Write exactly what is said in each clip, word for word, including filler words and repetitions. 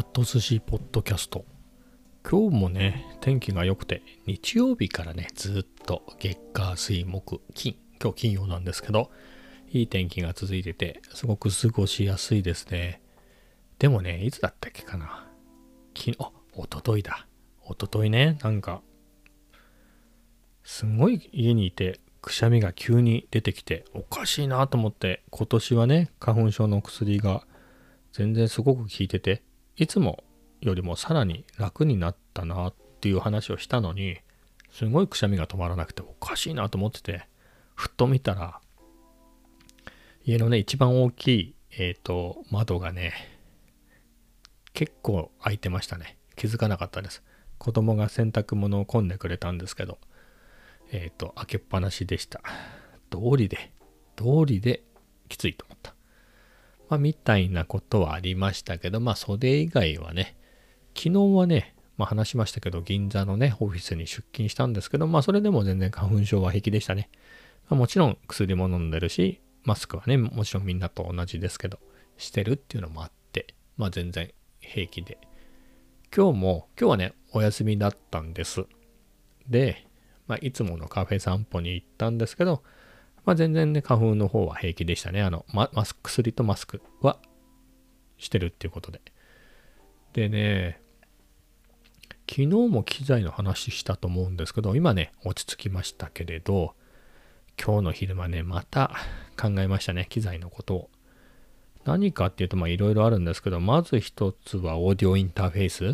ャット寿司ポッドキャスト。今日もね、天気が良くて、日曜日からね、ずっと月火水木金、今日金曜なんですけど、いい天気が続いてて、すごく過ごしやすいですね。でもね、いつだったっけかな。昨日、あ、一昨日だ。一昨日ね、なんか、すごい家にいて、くしゃみが急に出てきて、おかしいなと思って、今年はね、花粉症の薬が全然すごく効いてて、いつもよりもさらに楽になったなっていう話をしたのに、すごいくしゃみが止まらなくておかしいなと思ってて、ふっと見たら、家のね、一番大きい、えっと、窓がね、結構開いてましたね。気づかなかったです。子供が洗濯物を込んでくれたんですけど、えっと、開けっぱなしでした。道理で、道理できついと思った。まあ、みたいなことはありましたけど、まあ、それ以外はね、昨日はね、まあ、話しましたけど、銀座のね、オフィスに出勤したんですけど、まあ、それでも全然花粉症は平気でしたね。まあ、もちろん薬も飲んでるし、マスクはね、もちろんみんなと同じですけど、してるっていうのもあって、まあ、全然平気で。今日も、今日はね、お休みだったんです。で、まあ、いつものカフェ散歩に行ったんですけど、まあ、全然ね、花粉の方は平気でしたね。あの、ま、マスク、薬とマスクはしてるっていうことで。でね、昨日も機材の話したと思うんですけど、今ね、落ち着きましたけれど、今日の昼間ね、また考えましたね、機材のことを。何かっていうと、まあいろいろあるんですけど、まず一つはオーディオインターフェース。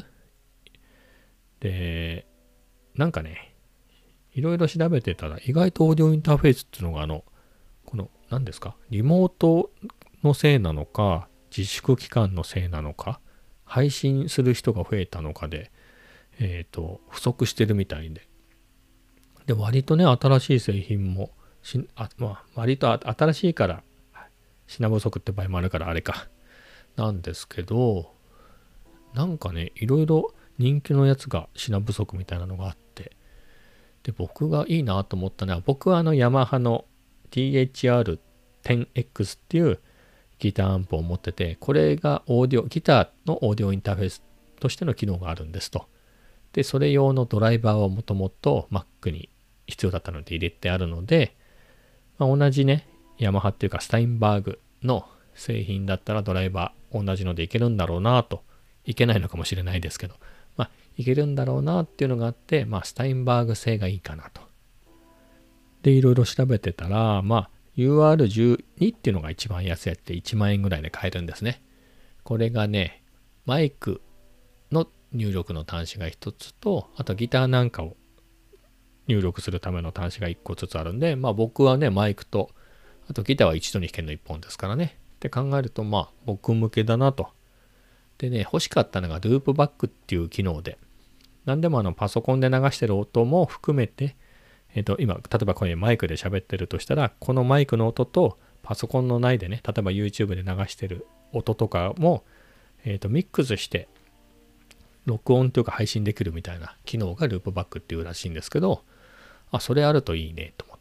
で、なんかね、いろいろ調べてたら、意外とオーディオインターフェースっていうのが、あの、この、何ですか、リモートのせいなのか、自粛期間のせいなのか、配信する人が増えたのかで、えっと、不足してるみたいで。で、割とね、新しい製品もし、あ、まあ、割と新しいから、品不足って場合もあるから、あれか。なんですけど、なんかね、いろいろ人気のやつが品不足みたいなのがあって、で、僕がいいなと思ったのは、僕はあの、ヤマハの ティーエイチアールテンエックス っていうギターアンプを持ってて、これがオーディオ、ギターのオーディオインターフェースとしての機能があるんですと。で、それ用のドライバーをもともと Mac に必要だったので入れてあるので、まあ、同じね、ヤマハっていうかスタインバーグの製品だったらドライバー同じのでいけるんだろうなと、いけないのかもしれないですけど、まあ、いけるんだろうなっていうのがあって、まあ、スタインバーグ製がいいかなと。で、いろいろ調べてたら、まあ、ユーアールじゅうに っていうのが一番安いやつでいちまん円ぐらいで買えるんですね。これがね、マイクの入力の端子が一つと、あとギターなんかを入力するための端子が一個ずつあるんで、まあ僕はね、マイクと、あとギターは一度に弾けるの一本ですからね。って考えると、まあ僕向けだなと。でね、欲しかったのがループバックっていう機能で、何でもあのパソコンで流してる音も含めて、えっと今、例えばこれマイクで喋ってるとしたら、このマイクの音とパソコンの内でね、例えば YouTube で流してる音とかも、えっとミックスして録音というか配信できるみたいな機能がループバックっていうらしいんですけど、あ、それあるといいねと思って。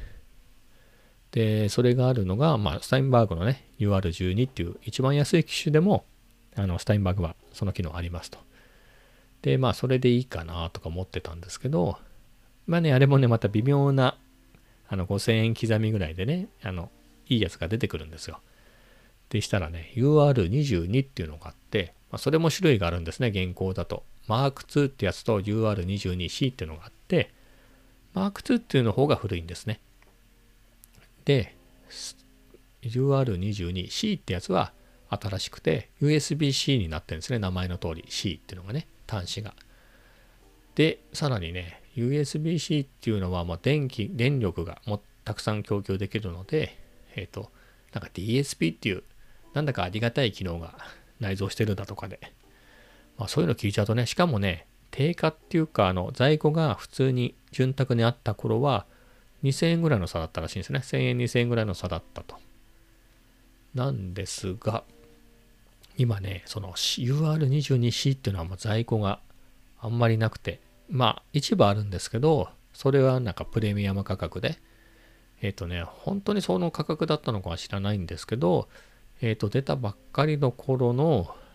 で、それがあるのが、まあ、スタインバーグのね、ユーアールじゅうに っていう一番安い機種でも、あの、スタインバーグはその機能ありますと。で、まあ、それでいいかなとか思ってたんですけど、まあね、あれもね、また微妙な、あの、ごせんえん刻みぐらいでね、あの、いいやつが出てくるんですよ。でしたらね、ユーアールにじゅうに っていうのがあって、まあ、それも種類があるんですね、現行だと。マークツー ってやつと ユーアールにじゅうにシー っていうのがあって、マークツー っていうの方が古いんですね。で、ユーアールにじゅうにシー ってやつは新しくて ユーエスビーシー になってるんですね。名前の通り C っていうのがね、端子が。で、さらにね、ユーエスビーシー っていうのはもう電気、電力がもうたくさん供給できるので、えっと、なんか ディーエスピー っていう、なんだかありがたい機能が内蔵してるだとかで、まあそういうの聞いちゃうとね、しかもね、定価っていうか、あの、在庫が普通に潤沢にあった頃は、にせんえんぐらいの差だったらしいんですね。せんえん、にせんえんぐらいの差だったと。なんですが、今ね、その ユーアールにじゅうにシー っていうのはもう在庫があんまりなくて、まあ一部あるんですけど、それはなんかプレミアム価格で、えっとね、本当にその価格だったのかは知らないんですけど、えっと出たばっかりの頃の、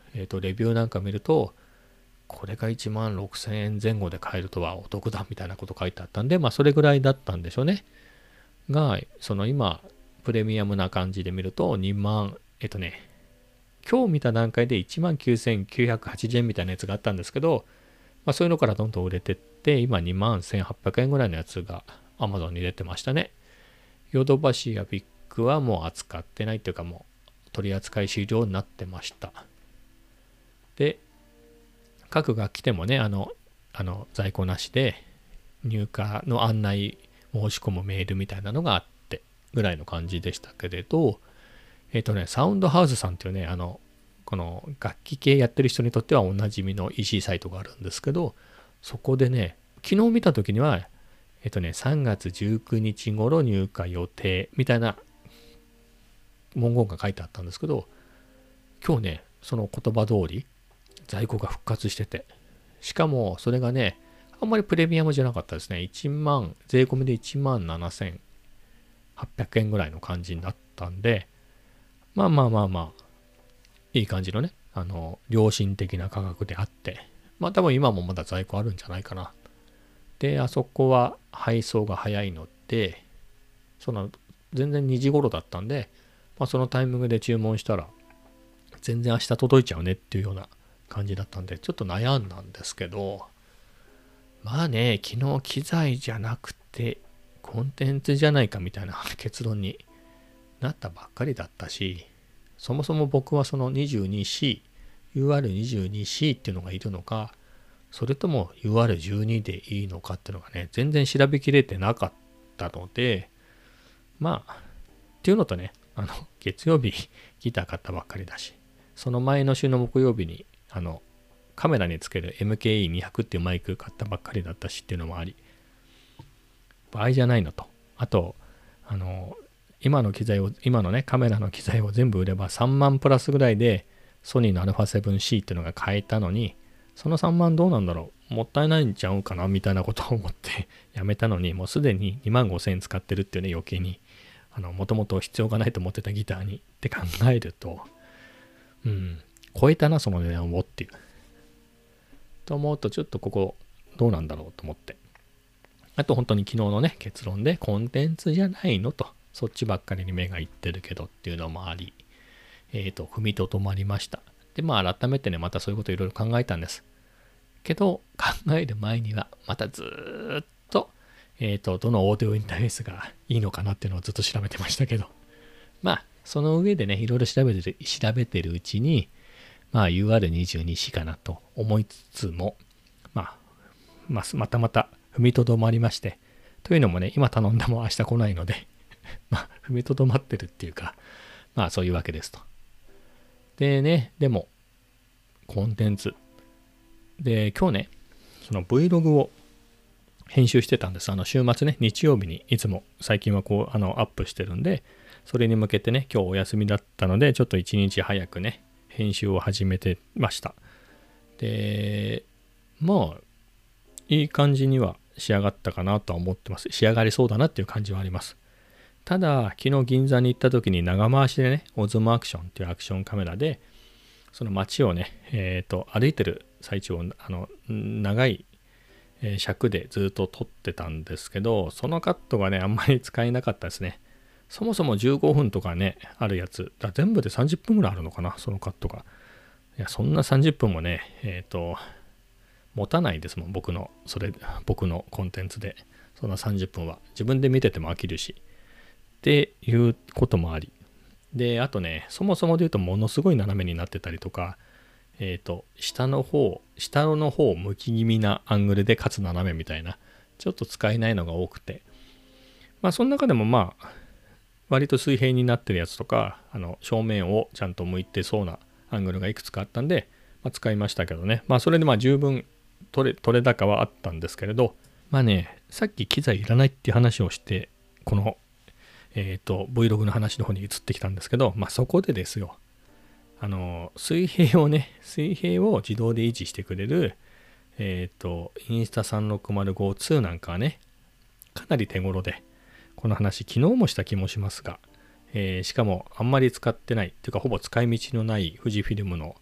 えーと、レビューなんか見ると、これがいちまんろくせんえん前後で買えるとはお得だみたいなこと書いてあったんで、まあそれぐらいだったんでしょうね。が、その今、プレミアムな感じで見るとにまん、えっとね、今日見た段階でいちまんきゅうせんきゅうひゃくはちじゅうえんみたいなやつがあったんですけど、まあそういうのからどんどん売れてって、今にまんせんはっぴゃくえんぐらいのやつが Amazon に出てましたね。ヨドバシやビッグはもう扱ってないっていうかもう取り扱い終了になってました。で、各が来てもね、あの、あの在庫なしで入荷の案内申し込むメールみたいなのがあってぐらいの感じでしたけれど、えっとね、サウンドハウスさんっていうね、あの、この楽器系やってる人にとってはおなじみの イーシー サイトがあるんですけど、そこでね、昨日見た時には、えっとね、さんがつじゅうくにち頃入荷予定みたいな文言が書いてあったんですけど、今日ね、その言葉通り在庫が復活してて、しかもそれがね、あんまりプレミアムじゃなかったですね。いちまん、税込みでいちまんななせんはっぴゃくえんぐらいの感じになったんで、まあまあまあまあ、いい感じのね、あの、良心的な価格であって、まあ多分今もまだ在庫あるんじゃないかな。で、あそこは配送が早いので、その、全然にじ頃だったんで、まあそのタイミングで注文したら、全然明日届いちゃうねっていうような感じだったんで、ちょっと悩んだんですけど、まあね、昨日機材じゃなくて、コンテンツじゃないかみたいな結論になったばっかりだったし、そもそも僕はその にじゅうにシー、ユーアールにじゅうにシー っていうのがいるのか、それとも ユーアールじゅうに でいいのかっていうのがね、全然調べきれてなかったので、まあ、っていうのとね、あの、月曜日ギター買ったばっかりだし、その前の週の木曜日に、あの、カメラにつける エムケーイーにひゃく っていうマイク買ったばっかりだったしっていうのもあり、場合じゃないのと。あと、あの、今の機材を、今のね、カメラの機材を全部売ればさんまんプラスぐらいでソニーの アルファセブンシー っていうのが買えたのに、そのさんまんどうなんだろう、もったいないんちゃうかなみたいなことを思ってやめたのに、もうすでににまんごせんえん使ってるっていうね、余計に、あの、もともと必要がないと思ってたギターにって考えると、うん、超えたな、その値段をっていう。と思うと、ちょっとここどうなんだろうと思って。あと本当に昨日のね、結論でコンテンツじゃないのと、そっちばっかりに目がいってるけどっていうのもあり、えっと、踏みとどまりました。で、まあ改めてね、またそういうこといろいろ考えたんです。けど、考える前には、またずーっと、えっと、どのオーディオインターフェースがいいのかなっていうのをずっと調べてましたけど、まあ、その上でね、いろいろ調べてる、調べてるうちに、まあ ユーアールにじゅうにシー かなと思いつつも、まあ、まあ、またまた踏みとどまりまして、というのもね、今頼んでも明日来ないので、まあ、踏みとどまってるっていうか、まあそういうわけですと。でね、でも、コンテンツ。で、今日ね、その Vlog を編集してたんです。あの週末ね、日曜日にいつも最近はこう、あの、アップしてるんで、それに向けてね、今日お休みだったので、ちょっと一日早くね、編集を始めてました。で、まあ、いい感じには仕上がったかなとは思ってます。仕上がりそうだなっていう感じはあります。ただ、昨日銀座に行った時に長回しでね、オズモアクションっていうアクションカメラで、その街をね、えっと、歩いてる最中を、あの、長い尺でずっと撮ってたんですけど、そのカットがね、あんまり使えなかったですね。そもそもじゅうごふんとかね、あるやつ、だ全部でさんじゅっぷんぐらいあるのかな、そのカットが。いや、そんなさんじゅっぷんもね、えっと、持たないですもん、僕の、それ、僕のコンテンツで。そんなさんじゅっぷんは。自分で見てても飽きるし。っていうこともあり。で、あとね、そもそもで言うとものすごい斜めになってたりとか、えっと、下の方、下の方向き気味なアングルでかつ斜めみたいな、ちょっと使えないのが多くて。まあ、その中でもまあ、割と水平になってるやつとか、あの、正面をちゃんと向いてそうなアングルがいくつかあったんで、まあ、使いましたけどね。まあ、それでまあ十分取れ、取れ高はあったんですけれど、まあね、さっき機材いらないっていう話をして、この、えっと、Vlog の話の方に移ってきたんですけど、まあそこでですよ、あの、水平をね、水平を自動で維持してくれる、えっと、インスタさんろくまるごツーなんかはね、かなり手頃で、この話昨日もした気もしますが、えー、しかもあんまり使ってない、っていうかほぼ使い道のない富士フィルムの、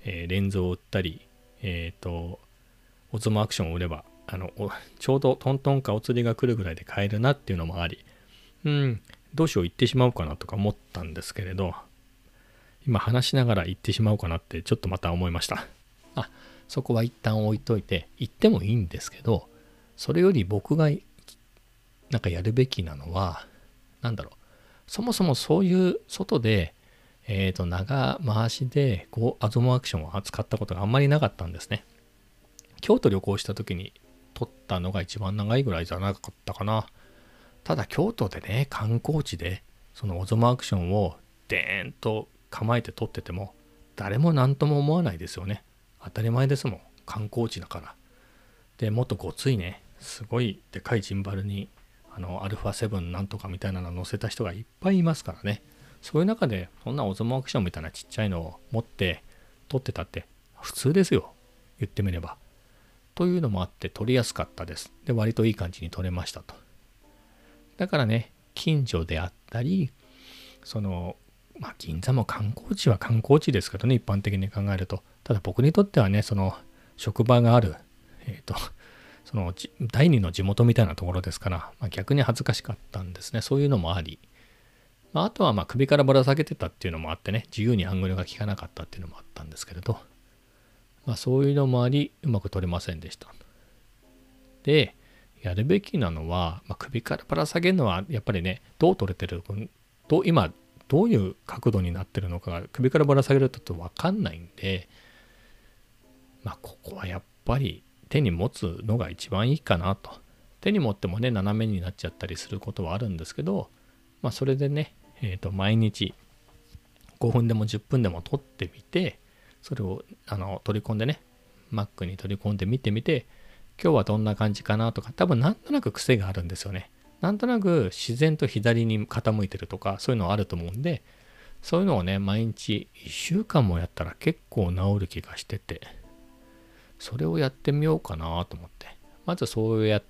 えーレンズを売ったり、えっ、と、オズモアクションを売れば、あの、ちょうどトントンかお釣りが来るぐらいで買えるなっていうのもあり、うん、どうしよう行ってしまおうかなとか思ったんですけれど、今話しながら行ってしまおうかなってちょっとまた思いました。あ、そこは一旦置いといて、行ってもいいんですけど、それより僕がなんかやるべきなのは、なんだろう、そもそもそういう外で、えっ、と、長回しでこうアゾモアクションを扱ったことがあんまりなかったんですね。京都旅行した時に撮ったのが一番長いぐらいじゃなかったかな。ただ京都でね、観光地でそのオゾモアクションをデーンと構えて撮ってても誰も何とも思わないですよね。当たり前ですもん。観光地だから。で、もっとごついね、すごいでかいジンバルにあのアルファセブンなんとかみたいなの乗せた人がいっぱいいますからね。そういう中でそんなオゾモアクションみたいなちっちゃいのを持って撮ってたって普通ですよ。言ってみれば。というのもあって撮りやすかったです。で、割といい感じに撮れましたと。だからね、近所であったり、その、まあ銀座も観光地は観光地ですけどね、一般的に考えると。ただ僕にとってはね、その職場がある、えっと、その第二の地元みたいなところですから、まあ、逆に恥ずかしかったんですね。そういうのもあり。まあ、あとはまあ首からぶら下げてたっていうのもあってね、自由にアングルが効かなかったっていうのもあったんですけれど、まあ、そういうのもあり、うまく撮れませんでした。で、やるべきなのは、まあ、首からぶら下げるのはやっぱりね、どう撮れてるどう今どういう角度になってるのかが首からぶら下げると分かんないんで、まあここはやっぱり手に持つのが一番いいかなと。手に持ってもね、斜めになっちゃったりすることはあるんですけど、まあそれでね、えっと毎日ごふんでもじゅっぷんでも撮ってみて、それをあの取り込んでね、Mac に取り込んで見てみて、今日はどんな感じかなとか、多分なんとなく癖があるんですよね。なんとなく自然と左に傾いてるとか、そういうのあると思うんで、そういうのをね、毎日いっしゅうかんもやったら結構治る気がしてて、それをやってみようかなと思って。まずそうやって、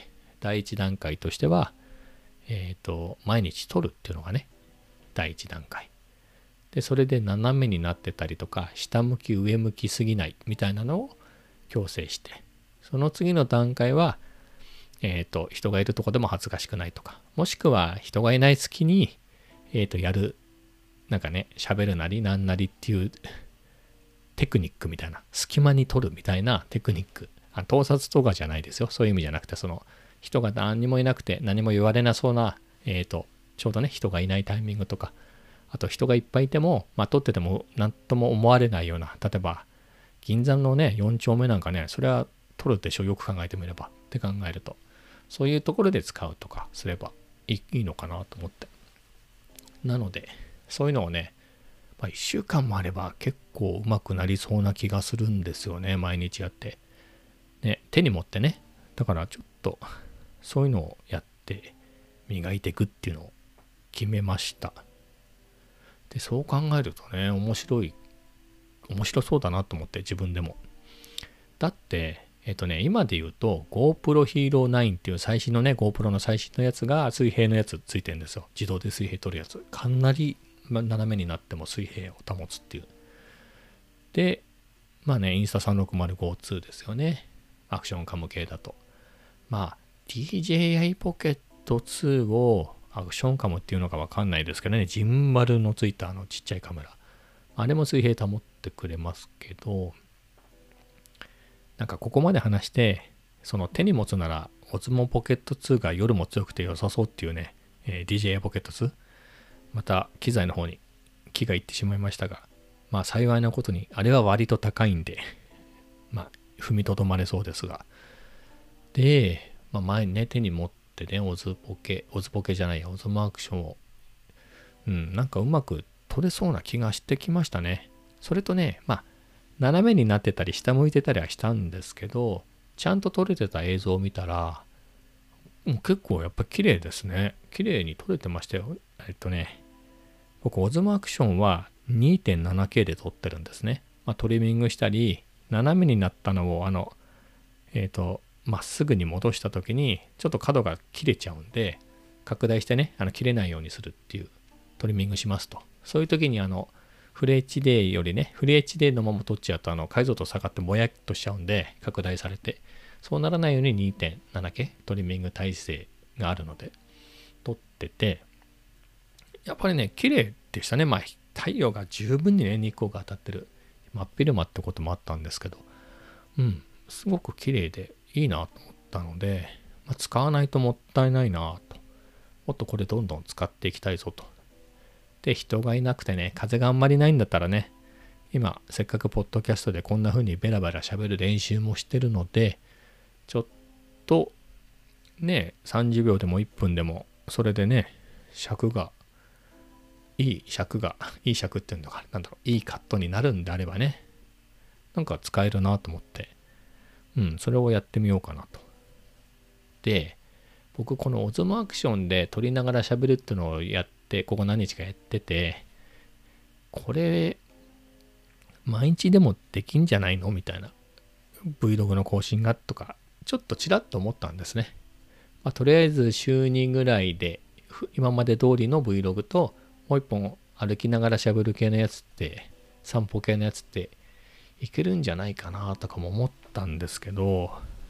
第一段階としては、えっと、毎日撮るっていうのがね、第一段階。で、それで斜めになってたりとか、下向き、上向きすぎないみたいなのを矯正して、その次の段階は、えっと、人がいるとこでも恥ずかしくないとか、もしくは人がいない隙に、えっと、やる、なんかね、喋るなりなんなりっていうテクニックみたいな、隙間に撮るみたいなテクニック、あ、盗撮とかじゃないですよ。そういう意味じゃなくて、その、人が何にもいなくて何も言われなそうな、えっと、ちょうどね、人がいないタイミングとか、あと人がいっぱいいても、まあ、撮ってても何とも思われないような、例えば、銀座のね、よん丁目なんかね、それは撮るでしょ、よく考えてみればって考えると、そういうところで使うとかすればいい、いいのかなと思って。なので、そういうのをね、まあ、いっしゅうかんもあれば結構うまくなりそうな気がするんですよね、毎日やって。ね、手に持ってね。だからちょっと、そういうのをやって磨いていくっていうのを決めました。で、そう考えるとね、面白い、面白そうだなと思って、自分でも。だって、えっとね、今で言うと GoPro Hero ナインっていう最新のね、GoPro の最新のやつが水平のやつついてるんですよ。自動で水平撮るやつ。かなり斜めになっても水平を保つっていう。で、まあね、インスタさんろくまるごツーですよね。アクションカム系だと。まあ、ディージェーアイ Pocket ツーをアクションカムっていうのかわかんないですけどね、ジンバルのついたあのちっちゃいカメラ。あれも水平保ってくれますけど、なんかここまで話して、その手に持つなら、オズモポケットツーが夜も強くて良さそうっていうね、えー、ディージェーアイ ポケットツー。また機材の方に気がいってしまいましたが、まあ幸いなことに、あれは割と高いんで、まあ踏みとどまれそうですが。で、まあ前にね、手に持ってね、オズポケ、オズポケじゃないや、オズモアクションを、うん、なんかうまく撮れそうな気がしてきましたね。それとね、まあ、斜めになってたり下向いてたりはしたんですけど、ちゃんと撮れてた映像を見たら、もう結構やっぱ綺麗ですね。綺麗に撮れてましたよ。えっとね、僕、オズモアクションは にてんななケー で撮ってるんですね。まあ、トリミングしたり、斜めになったのを、あの、えっと、まっすぐに戻した時に、ちょっと角が切れちゃうんで、拡大してね、あの切れないようにするっていう、トリミングしますと。そういう時に、あの、 フル エイチディー よりね、フル エイチディー のまま撮っちゃうとあの解像度下がってぼやっとしちゃうんで、拡大されて、そうならないように にてんななケー トリミング体制があるので撮ってて、やっぱりね綺麗でしたね。まあ太陽が十分にね日光が当たってる真っ昼間ってこともあったんですけど、うんすごく綺麗でいいなと思ったので、まあ、使わないともったいないなと、もっとこれどんどん使っていきたいぞと。で人がいなくてね、風があんまりないんだったらね、今せっかくポッドキャストでこんな風にベラベラ喋る練習もしてるので、ちょっとねさんじゅうびょうでもいっぷんでもそれでね尺がいい尺がいい尺っていうのがなんだろう、いいカットになるんであればね、なんか使えるなと思って、うんそれをやってみようかなと。で僕このオズモアクションで撮りながら喋るっていうのをやって、ここ何日かやってて、これ毎日でもできんじゃないのみたいな Vlog の更新がとかちょっとちらっと思ったんですね。まあ、とりあえず週にぐらいで今まで通りの Vlog ともう一本歩きながら喋る系のやつって、散歩系のやつっていけるんじゃないかなとかも思ったんですけど、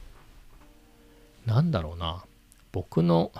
なんだろうな、僕の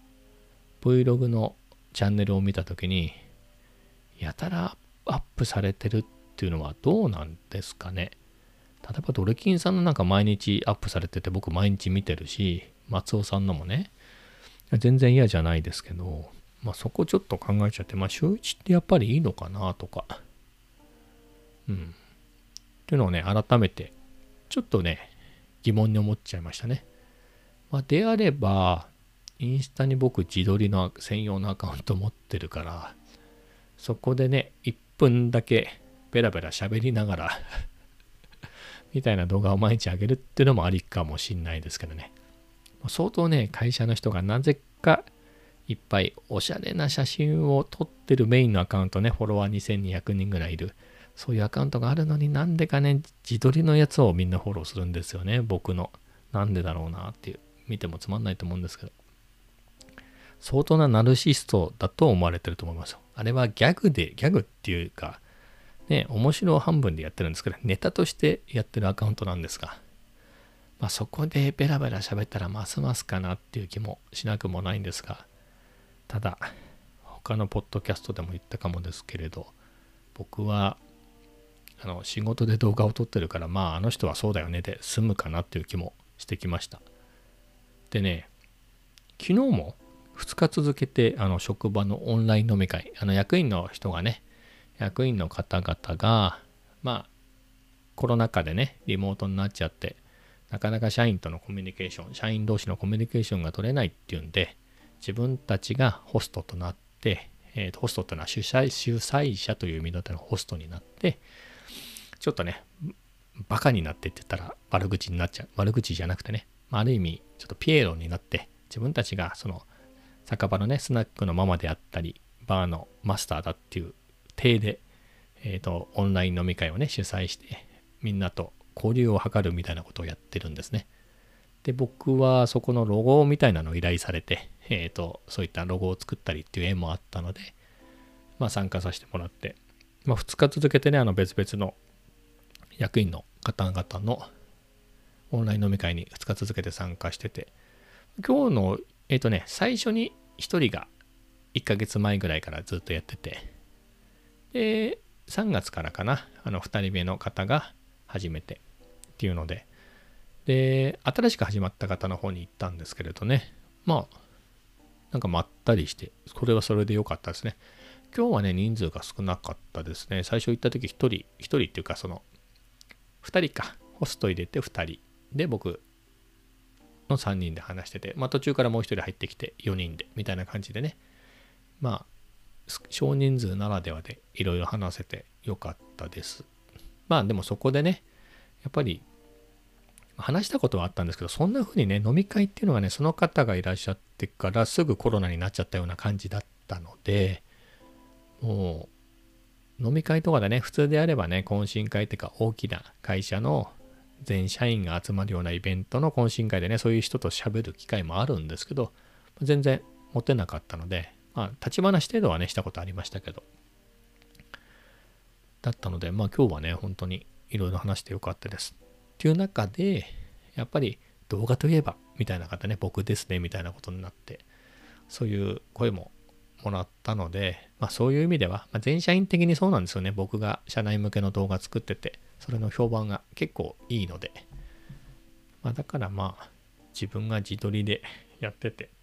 Vlog のチャンネルを見たときにやたらアップされてるっていうのはどうなんですかね。例えばドルキンさんのなんか毎日アップされてて僕毎日見てるし、松尾さんのもね全然嫌じゃないですけど、まあそこちょっと考えちゃって、まあ週いちってやっぱりいいのかなとか、うんっていうのをね改めてちょっとね疑問に思っちゃいましたね。まあであればインスタに僕自撮りの専用のアカウント持ってるから、そこでねいっぷんだけベラベラ喋りながらみたいな動画を毎日上げるっていうのもありかもしんないですけどね。相当ね会社の人がなぜかいっぱいおしゃれな写真を撮ってるメインのアカウントね、フォロワーにせんにひゃくにんぐらいいるそういうアカウントがあるのに、なんでかね自撮りのやつをみんなフォローするんですよね。僕のなんでだろうなっていう、見てもつまんないと思うんですけど、相当なナルシストだと思われてると思いますよ。あれはギャグで、ギャグっていうかね、面白半分でやってるんですけど、ネタとしてやってるアカウントなんですが、まあそこでベラベラ喋ったらますますかなっていう気もしなくもないんですが、ただ他のポッドキャストでも言ったかもですけれど、僕はあの仕事で動画を撮ってるから、まああの人はそうだよねで済むかなっていう気もしてきました。でね、昨日もふつか続けてあの職場のオンライン飲み会、あの役員の人がね、役員の方々がまあコロナ禍でねリモートになっちゃって、なかなか社員とのコミュニケーション、社員同士のコミュニケーションが取れないっていうんで、自分たちがホストとなって、えー、とホストというのは主催、主催者という意味だったのホストになって、ちょっとねバカになってって言ったら悪口になっちゃう、悪口じゃなくてね、ある意味ちょっとピエロになって、自分たちがその酒場のねスナックのママであったりバーのマスターだっていう体で、えー、とオンライン飲み会をね主催してみんなと交流を図るみたいなことをやってるんですね。で僕はそこのロゴみたいなのを依頼されて、えー、とそういったロゴを作ったりっていう縁もあったので、まあ、参加させてもらって、まあ、ふつか続けてねあの別々の役員の方々のオンライン飲み会にふつか続けて参加してて、今日のえっ、ー、とね最初にひとりがいっかげつまえぐらいからずっとやってて、でさんがつからかな、あのふたりめの方が初めてっていうので、で新しく始まった方の方に行ったんですけれどね、まあなんかまったりして、これはそれで良かったですね。今日はね人数が少なかったですね。最初行った時ひとりひとりっていうかそのふたりか、ホスト入れてふたりで僕のさんにんで話してて、まあ途中からもうひとり入ってきてよにんでみたいな感じでね、まあ少人数ならではでいろいろ話せてよかったです。まあでもそこでねやっぱり話したことはあったんですけど、そんな風にね飲み会っていうのがねその方がいらっしゃってからすぐコロナになっちゃったような感じだったので、もう飲み会とかでね普通であればね懇親会っていうか大きな会社の全社員が集まるようなイベントの懇親会でねそういう人と喋る機会もあるんですけど、全然持てなかったので、まあ立ち話程度はねしたことありましたけど、 だったので、まあ今日はね、本当にいろいろ話してよかったです。っていう中で、やっぱり動画といえば、みたいな方ね、僕ですね、みたいなことになって、そういう声ももらったので、まあそういう意味では、まあ、全社員的にそうなんですよね。僕が社内向けの動画作ってて、それの評判が結構いいので、まあだからまあ、自分が自撮りでやってて、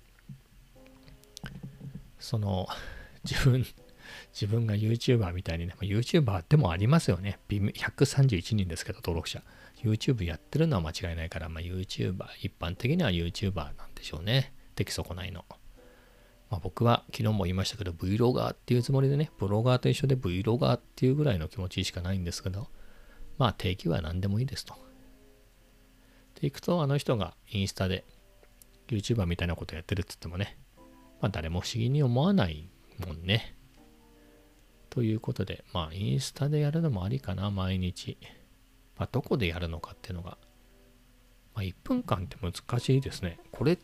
その、自分、自分が YouTuber みたいにね、まあ、YouTuber でもありますよね。ひゃくさんじゅういちにんですけど、登録者。YouTube やってるのは間違いないから、まあ、YouTuber、一般的には YouTuber なんでしょうね。出来損ないの。まあ、僕は昨日も言いましたけど、Vlogger っていうつもりでね、ブロガーと一緒で Vlogger っていうぐらいの気持ちしかないんですけど、まあ定義は何でもいいですと。でいくと、あの人がインスタで YouTuber みたいなことやってるっつってもね、まあ誰も不思議に思わないもんね。ということで、まあインスタでやるのもありかな、毎日。まあどこでやるのかっていうのが、まあいっぷんかんって難しいですね。これって、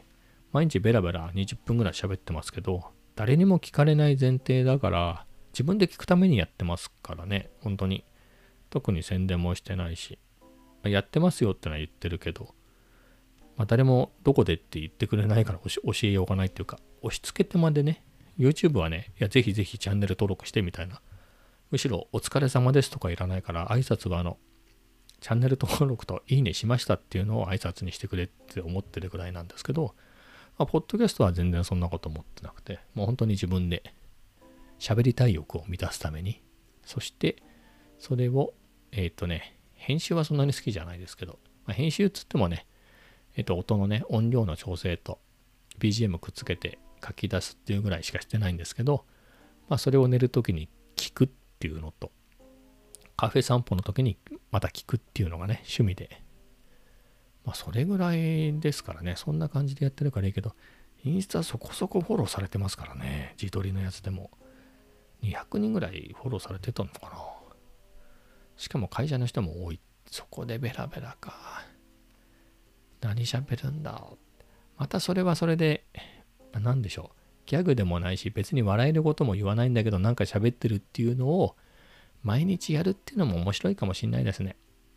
毎日ベラベラにじゅっぷんぐらい喋ってますけど、誰にも聞かれない前提だから、自分で聞くためにやってますからね、本当に。特に宣伝もしてないし、やってますよってのは言ってるけど、まあ、誰もどこでって言ってくれないから教えようがないっていうか、押し付けてまでね、YouTube はね、いや、ぜひぜひチャンネル登録してみたいな。むしろ、お疲れ様ですとかいらないから、挨拶はあの、チャンネル登録といいねしましたっていうのを挨拶にしてくれって思ってるぐらいなんですけど、まあ、ポッドキャストは全然そんなこと思ってなくて、もう本当に自分で喋りたい欲を満たすために、そしてそれを、えっ、ー、とね、編集はそんなに好きじゃないですけど、まあ、編集っつってもね、えっ、ー、と、音のね、音量の調整と ビージーエム くっつけて書き出すっていうぐらいしかしてないんですけど、まあ、それを寝るときに聞くっていうのと、カフェ散歩の時にまた聞くっていうのがね、趣味で、まあ、それぐらいですからね、そんな感じでやってるからいいけど、インスタそこそこフォローされてますからね、自撮りのやつでも。にひゃくにんぐらいフォローされてたのかな。しかも会社の人も多い。そこでベラベラか。何喋るんだ。またそれはそれで、何でしょう。ギャグでもないし、別に笑えることも言わないんだけど、なんか喋ってるっていうのを毎日やるっていうのも面白いかもしれないですね。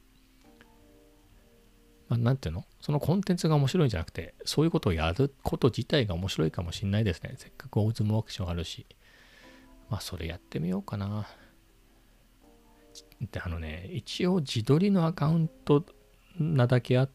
まあ、なんていうの？そのコンテンツが面白いんじゃなくて、そういうことをやること自体が面白いかもしれないですね。せっかくオーズムアクションあるし。まあ、それやってみようかな。で、あのね、一応自撮りのアカウントなだけあって、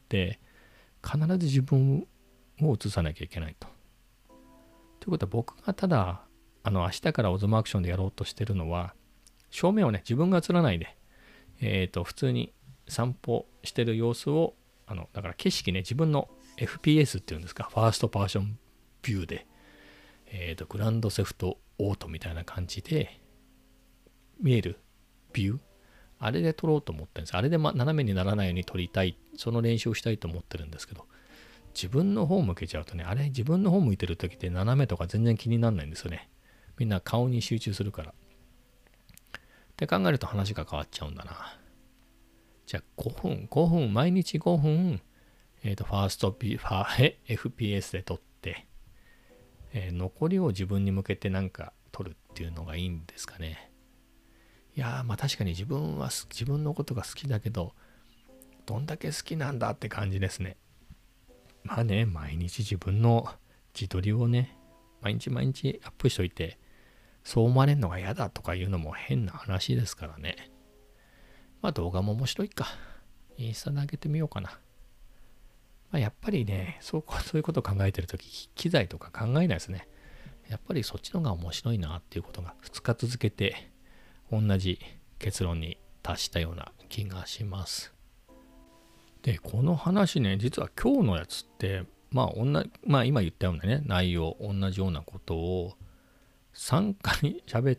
必ず自分を映さなきゃいけないと。ということは、僕がただ、あの、明日からオーズムアクションでやろうとしてるのは、正面をね、自分が映らないで、えっと、普通に散歩してる様子を、あの、だから景色ね、自分の エフピーエス っていうんですか、ファーストパーションビューで、えっと、グランドセフトオートみたいな感じで見えるビュー、あれで撮ろうと思ってるんです。あれで、ま、斜めにならないように撮りたい、その練習をしたいと思ってるんですけど、自分の方向けちゃうとね、あれ、自分の方向いてる時って斜めとか全然気にならないんですよね。みんな顔に集中するから。って考えると話が変わっちゃうんだな。じゃあごふん、ごふん、毎日ごふん、えっ、ー、と、ファーストピファー、エフピーエス で撮って、えー、残りを自分に向けてなんか撮るっていうのがいいんですかね。いやー、まあ確かに自分は自分のことが好きだけど、どんだけ好きなんだって感じですね。まあね、毎日自分の自撮りをね、毎日毎日アップしといて、そう思われるのが嫌だとかいうのも変な話ですからね。まあ動画も面白いか。インスタで上げてみようかな。まあ、やっぱりね、そうそういうことを考えてるとき、機材とか考えないですね。やっぱりそっちの方が面白いなっていうことがふつか続けて同じ結論に達したような気がします。で、この話ね、実は今日のやつって、まあ、同じ、まあ今言ったようなね、内容、同じようなことをさんかい喋って、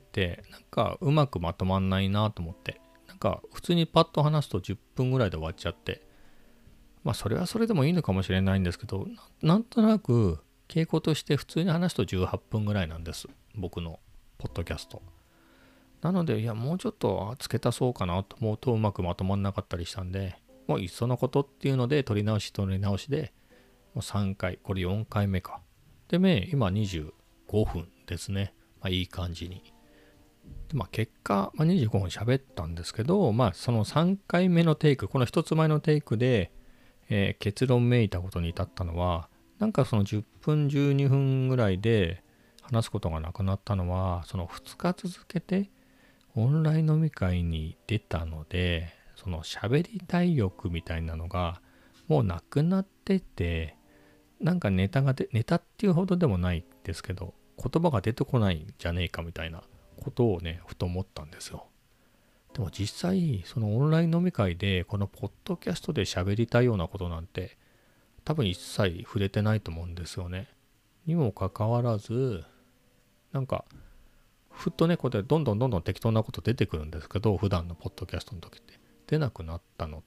なんかうまくまとまんないなと思って、なんか普通にパッと話すとじゅっぷんぐらいで終わっちゃって、まあそれはそれでもいいのかもしれないんですけど、な, なんとなく傾向として普通に話すとじゅうはっぷんぐらいなんです。僕のポッドキャスト。なので、いや、もうちょっと付け足そうかなと思うとうまくまとまんなかったりしたんで、もういっそのことっていうので取り直し取り直しで、もうさんかい、これよんかいめか。で、ね、今にじゅうごふんですね。まあいい感じに。 でまあ結果、まあ、にじゅうごふん喋ったんですけど、まあそのさんかいめのテイク、このひとつまえのテイクで、えー結論めいたことに至ったのは、なんかそのじゅっぷんじゅうにふんぐらいで話すことがなくなったのは、そのふつか続けてオンライン飲み会に出たので、その喋りたい欲みたいなのがもうなくなってて、なんかネタがで、ネタっていうほどでもないですけど、言葉が出てこないんじゃねえかみたいなことをね、ふと思ったんですよ。でも実際、そのオンライン飲み会で、このポッドキャストで喋りたいようなことなんて、多分一切触れてないと思うんですよね。にもかかわらず、なんか、ふっとね、こうやってどんどんどんどん適当なこと出てくるんですけど、普段のポッドキャストの時って。出なくなったのって、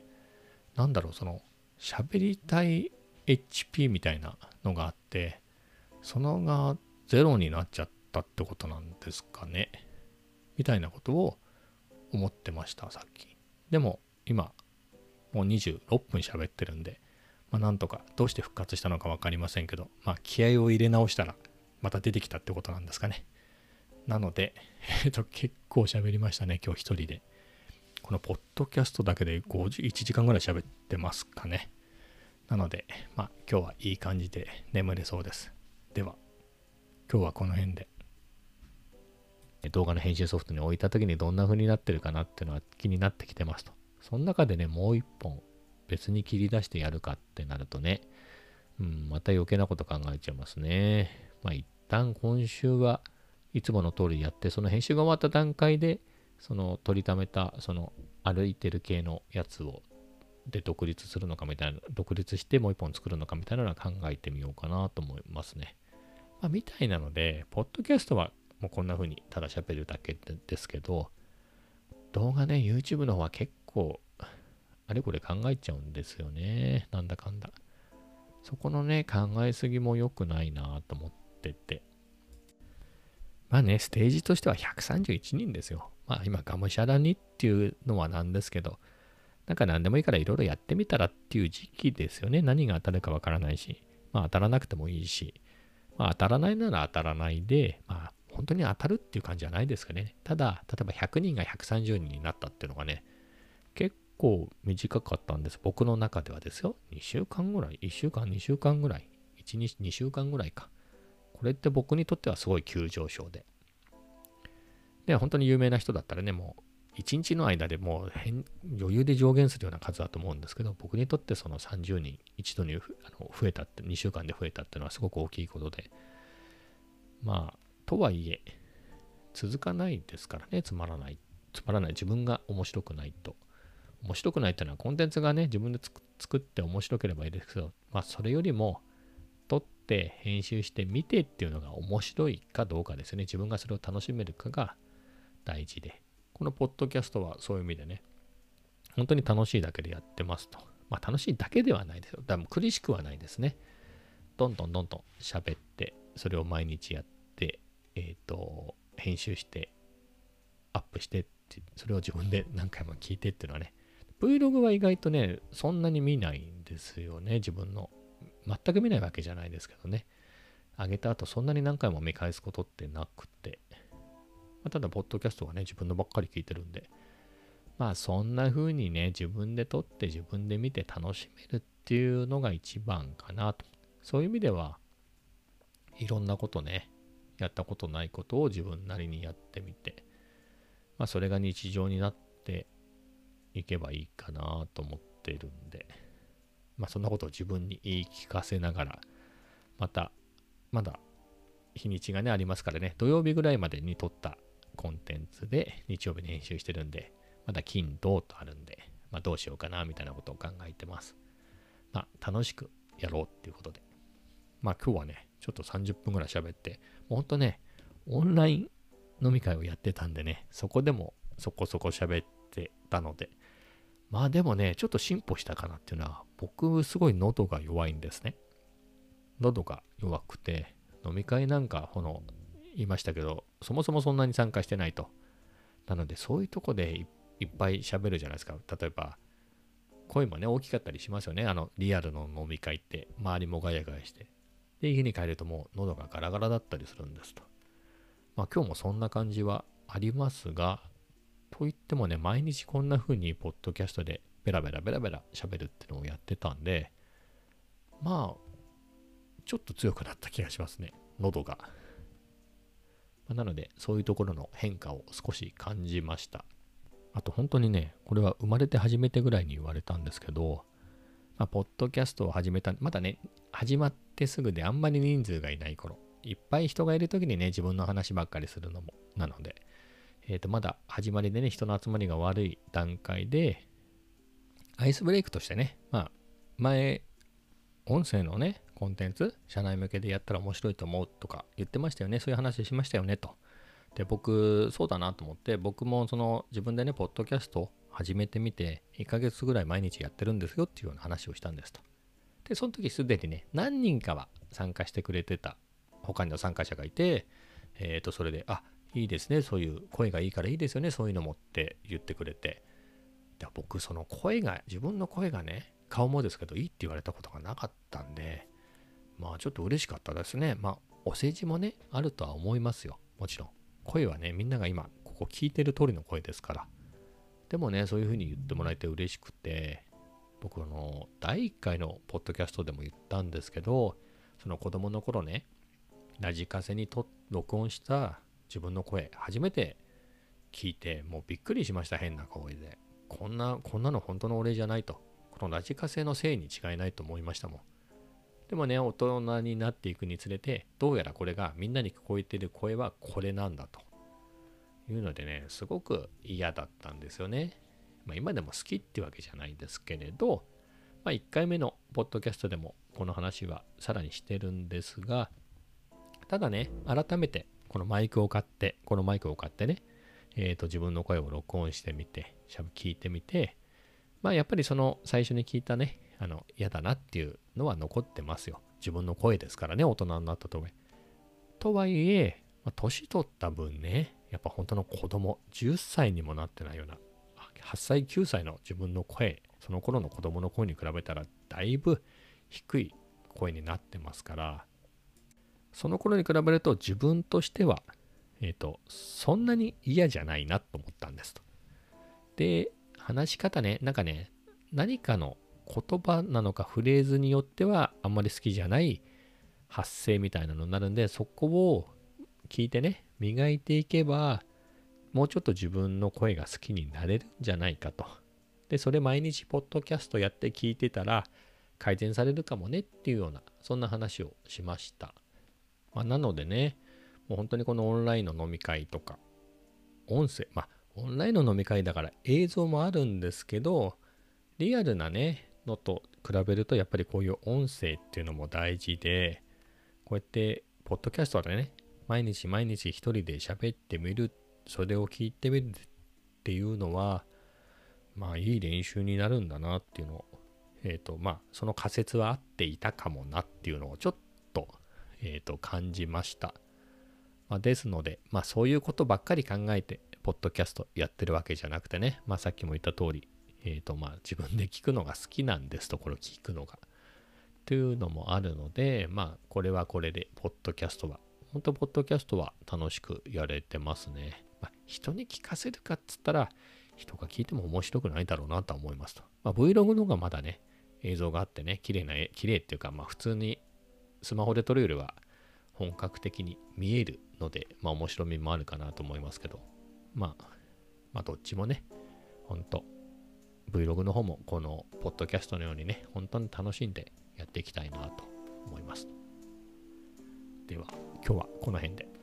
なんだろう、その、喋りたい エイチピー みたいなのがあって、そのがゼロになっちゃったってことなんですかね。みたいなことを思ってました、さっき。でも、今、もうにじゅうろっぷん喋ってるんで、まあ、なんとか、どうして復活したのか分かりませんけど、まあ、気合を入れ直したら、また出てきたってことなんですかね。なので、えっと、結構喋りましたね、今日一人で。このポッドキャストだけでごじゅういちじかんぐらい喋ってますかね。なので、まあ、今日はいい感じで眠れそうです。では、今日はこの辺で。動画の編集ソフトに置いた時にどんな風になってるかなっていうのは気になってきてますと。その中でね、もう一本別に切り出してやるかってなるとね、うん、また余計なこと考えちゃいますね。まあ一旦今週はいつもの通りやって、その編集が終わった段階で、その取りためた、その歩いてる系のやつを、で独立するのかみたいな、独立してもう一本作るのかみたいなのは考えてみようかなと思いますね。まあみたいなので、ポッドキャストはもうこんな風にただ喋るだけですけど、動画ね、YouTube の方は結構、あれこれ考えちゃうんですよね。なんだかんだ。そこのね、考えすぎも良くないなと思ってて。まあね、ステージとしてはひゃくさんじゅういちにんですよ。まあ今、がむしゃらにっていうのはなんですけど、なんか何でもいいからいろいろやってみたらっていう時期ですよね。何が当たるかわからないし、まあ当たらなくてもいいし、まあ当たらないなら当たらないで、まあ本当に当たるっていう感じじゃないですかね。ただ、例えばひゃくにんがひゃくさんじゅうにんになったっていうのがね、結構短かったんです。僕の中ではですよ。にしゅうかんぐらい ?いっ 週間、にしゅうかんぐらい ?いち、にしゅうかんぐらいか。これって僕にとってはすごい急上昇で。で、本当に有名な人だったらね、もういちにちの間でもう変余裕で上限するような数だと思うんですけど、僕にとってそのさんじゅうにん一度にあの増えたって、にしゅうかんで増えたっていうのはすごく大きいことで、まあ、とはいえ、続かないですからね、つまらない。つまらない。自分が面白くないと。面白くないっていうのはコンテンツがね、自分で作って面白ければいいですけど、まあそれよりも、撮って編集して見てっていうのが面白いかどうかですね。自分がそれを楽しめるかが大事で。このポッドキャストはそういう意味でね、本当に楽しいだけでやってますと。まあ楽しいだけではないですよ。多分苦しくはないですね。どんどんどんどん喋って、それを毎日やって、えっと、編集して、アップしてって、それを自分で何回も聞いてっていうのはね、Vlog は意外とね、そんなに見ないんですよね、自分の。全く見ないわけじゃないですけどね。上げた後そんなに何回も見返すことってなくて。まあ、ただ、ポッドキャストはね、自分のばっかり聞いてるんで。まあ、そんな風にね、自分で撮って自分で見て楽しめるっていうのが一番かなと。そういう意味では、いろんなことね、やったことないことを自分なりにやってみて、まあ、それが日常になっていけばいいかなと思っているんで、まあ、そんなことを自分に言い聞かせながら、また、まだ日にちがね、ありますからね、土曜日ぐらいまでに撮ったコンテンツで日曜日に編集してるんで、まだ金、土とあるんで、まあ、どうしようかなみたいなことを考えてます。まあ、楽しくやろうっていうことで。まあ、今日はね、ちょっとさんじゅっぷんぐらい喋って、もうほんとね、オンライン飲み会をやってたんでね、そこでもそこそこ喋ってたので、まあでもね、ちょっと進歩したかなっていうのは、僕すごい喉が弱いんですね。喉が弱くて、飲み会なんか、この、言いましたけど、そもそもそんなに参加してないと。なので、そういうとこでいいっぱい喋るじゃないですか。例えば、声もね、大きかったりしますよね。あの、リアルの飲み会って、周りもガヤガヤして。で、家に帰るともう喉がガラガラだったりするんですと。まあ今日もそんな感じはありますが、といってもね、毎日こんな風にポッドキャストでベラベラベラベラ喋るっていうのをやってたんで、まあ、ちょっと強くなった気がしますね、喉が。なので、そういうところの変化を少し感じました。あと本当にね、これは生まれて初めてぐらいに言われたんですけど、まあ、ポッドキャストを始めた、まだね、始まってすぐであんまり人数がいない頃、いっぱい人がいる時にね、自分の話ばっかりするのも、なので、えっと、まだ始まりでね、人の集まりが悪い段階で、アイスブレイクとしてね、まあ、前、音声のね、コンテンツ、社内向けでやったら面白いと思うとか言ってましたよね。そういう話しましたよねと。で、僕、そうだなと思って、僕もその自分でね、ポッドキャスト始めてみて、いっかげつぐらい毎日やってるんですよっていうような話をしたんですと。で、その時すでにね、何人かは参加してくれてた、他にの参加者がいて、えっと、それで、あ、いいですね、そういう声がいいからいいですよね、そういうのもって言ってくれて、で僕、その声が、自分の声がね、顔もですけど、いいって言われたことがなかったんで、まあちょっと嬉しかったですね。まあお世辞もね、あるとは思いますよ。もちろん。声はね、みんなが今、ここ聞いてる通りの声ですから。でもね、そういうふうに言ってもらえて嬉しくて、僕あの、だいいっかいのポッドキャストでも言ったんですけど、その子供の頃ね、ラジカセにと録音した自分の声、初めて聞いて、もうびっくりしました、変な声で。こんな、こんなの本当の俺じゃないと。このラジカセのせいに違いないと思いましたもん。でもね、大人になっていくにつれて、どうやらこれがみんなに聞こえてる声はこれなんだというのでね、すごく嫌だったんですよね。まあ今でも好きってわけじゃないですけれど、まあいっかいめのポッドキャストでもこの話はさらにしてるんですが、ただね、改めてこのマイクを買って、このマイクを買ってね、えっと自分の声を録音してみて、しゃべ聞いてみて、まあやっぱりその最初に聞いたね、あの嫌だなっていうのは残ってますよ。自分の声ですからね、大人になったとはいえ。とはいえ、まあ、年取った分ね、やっぱ本当の子供、じゅっさいにもなってないような、はっさい、きゅうさいの自分の声、その頃の子供の声に比べたらだいぶ低い声になってますから、その頃に比べると自分としては、えっと、そんなに嫌じゃないなと思ったんですと。で、話し方ね、なんかね、何かの言葉なのかフレーズによってはあんまり好きじゃない発声みたいなのになるんで、そこを聞いてね、磨いていけば、もうちょっと自分の声が好きになれるんじゃないかと。で、それ毎日ポッドキャストやって聞いてたら改善されるかもねっていうような、そんな話をしました。まあ、なのでね、もう本当にこのオンラインの飲み会とか、音声、まあ、オンラインの飲み会だから映像もあるんですけど、リアルなね、のと比べるとやっぱりこういう音声っていうのも大事で、こうやってポッドキャストでね、毎日毎日一人で喋ってみる、それを聞いてみるっていうのは、まあいい練習になるんだなっていうのを、えっとまあその仮説は合っていたかもなっていうのをちょっと、えっと感じました。まあ、ですので、まあそういうことばっかり考えて、ポッドキャストやってるわけじゃなくてね、まあさっきも言った通り、えっとまあ自分で聞くのが好きなんですと、これを聞くのが。というのもあるので、まあこれはこれで、ポッドキャストは、本当ポッドキャストは楽しくやれてますね。まあ人に聞かせるかっつったら、人が聞いても面白くないだろうなとは思いますと。まあ Vlog の方がまだね、映像があってね、綺麗な、綺麗っていうか、まあ普通にスマホで撮るよりは本格的に見えるので、まあ面白みもあるかなと思いますけど、まあ、まあどっちもね、ほんと、Vlog の方もこのポッドキャストのようにね、本当に楽しんでやっていきたいなと思います。では、今日はこの辺で。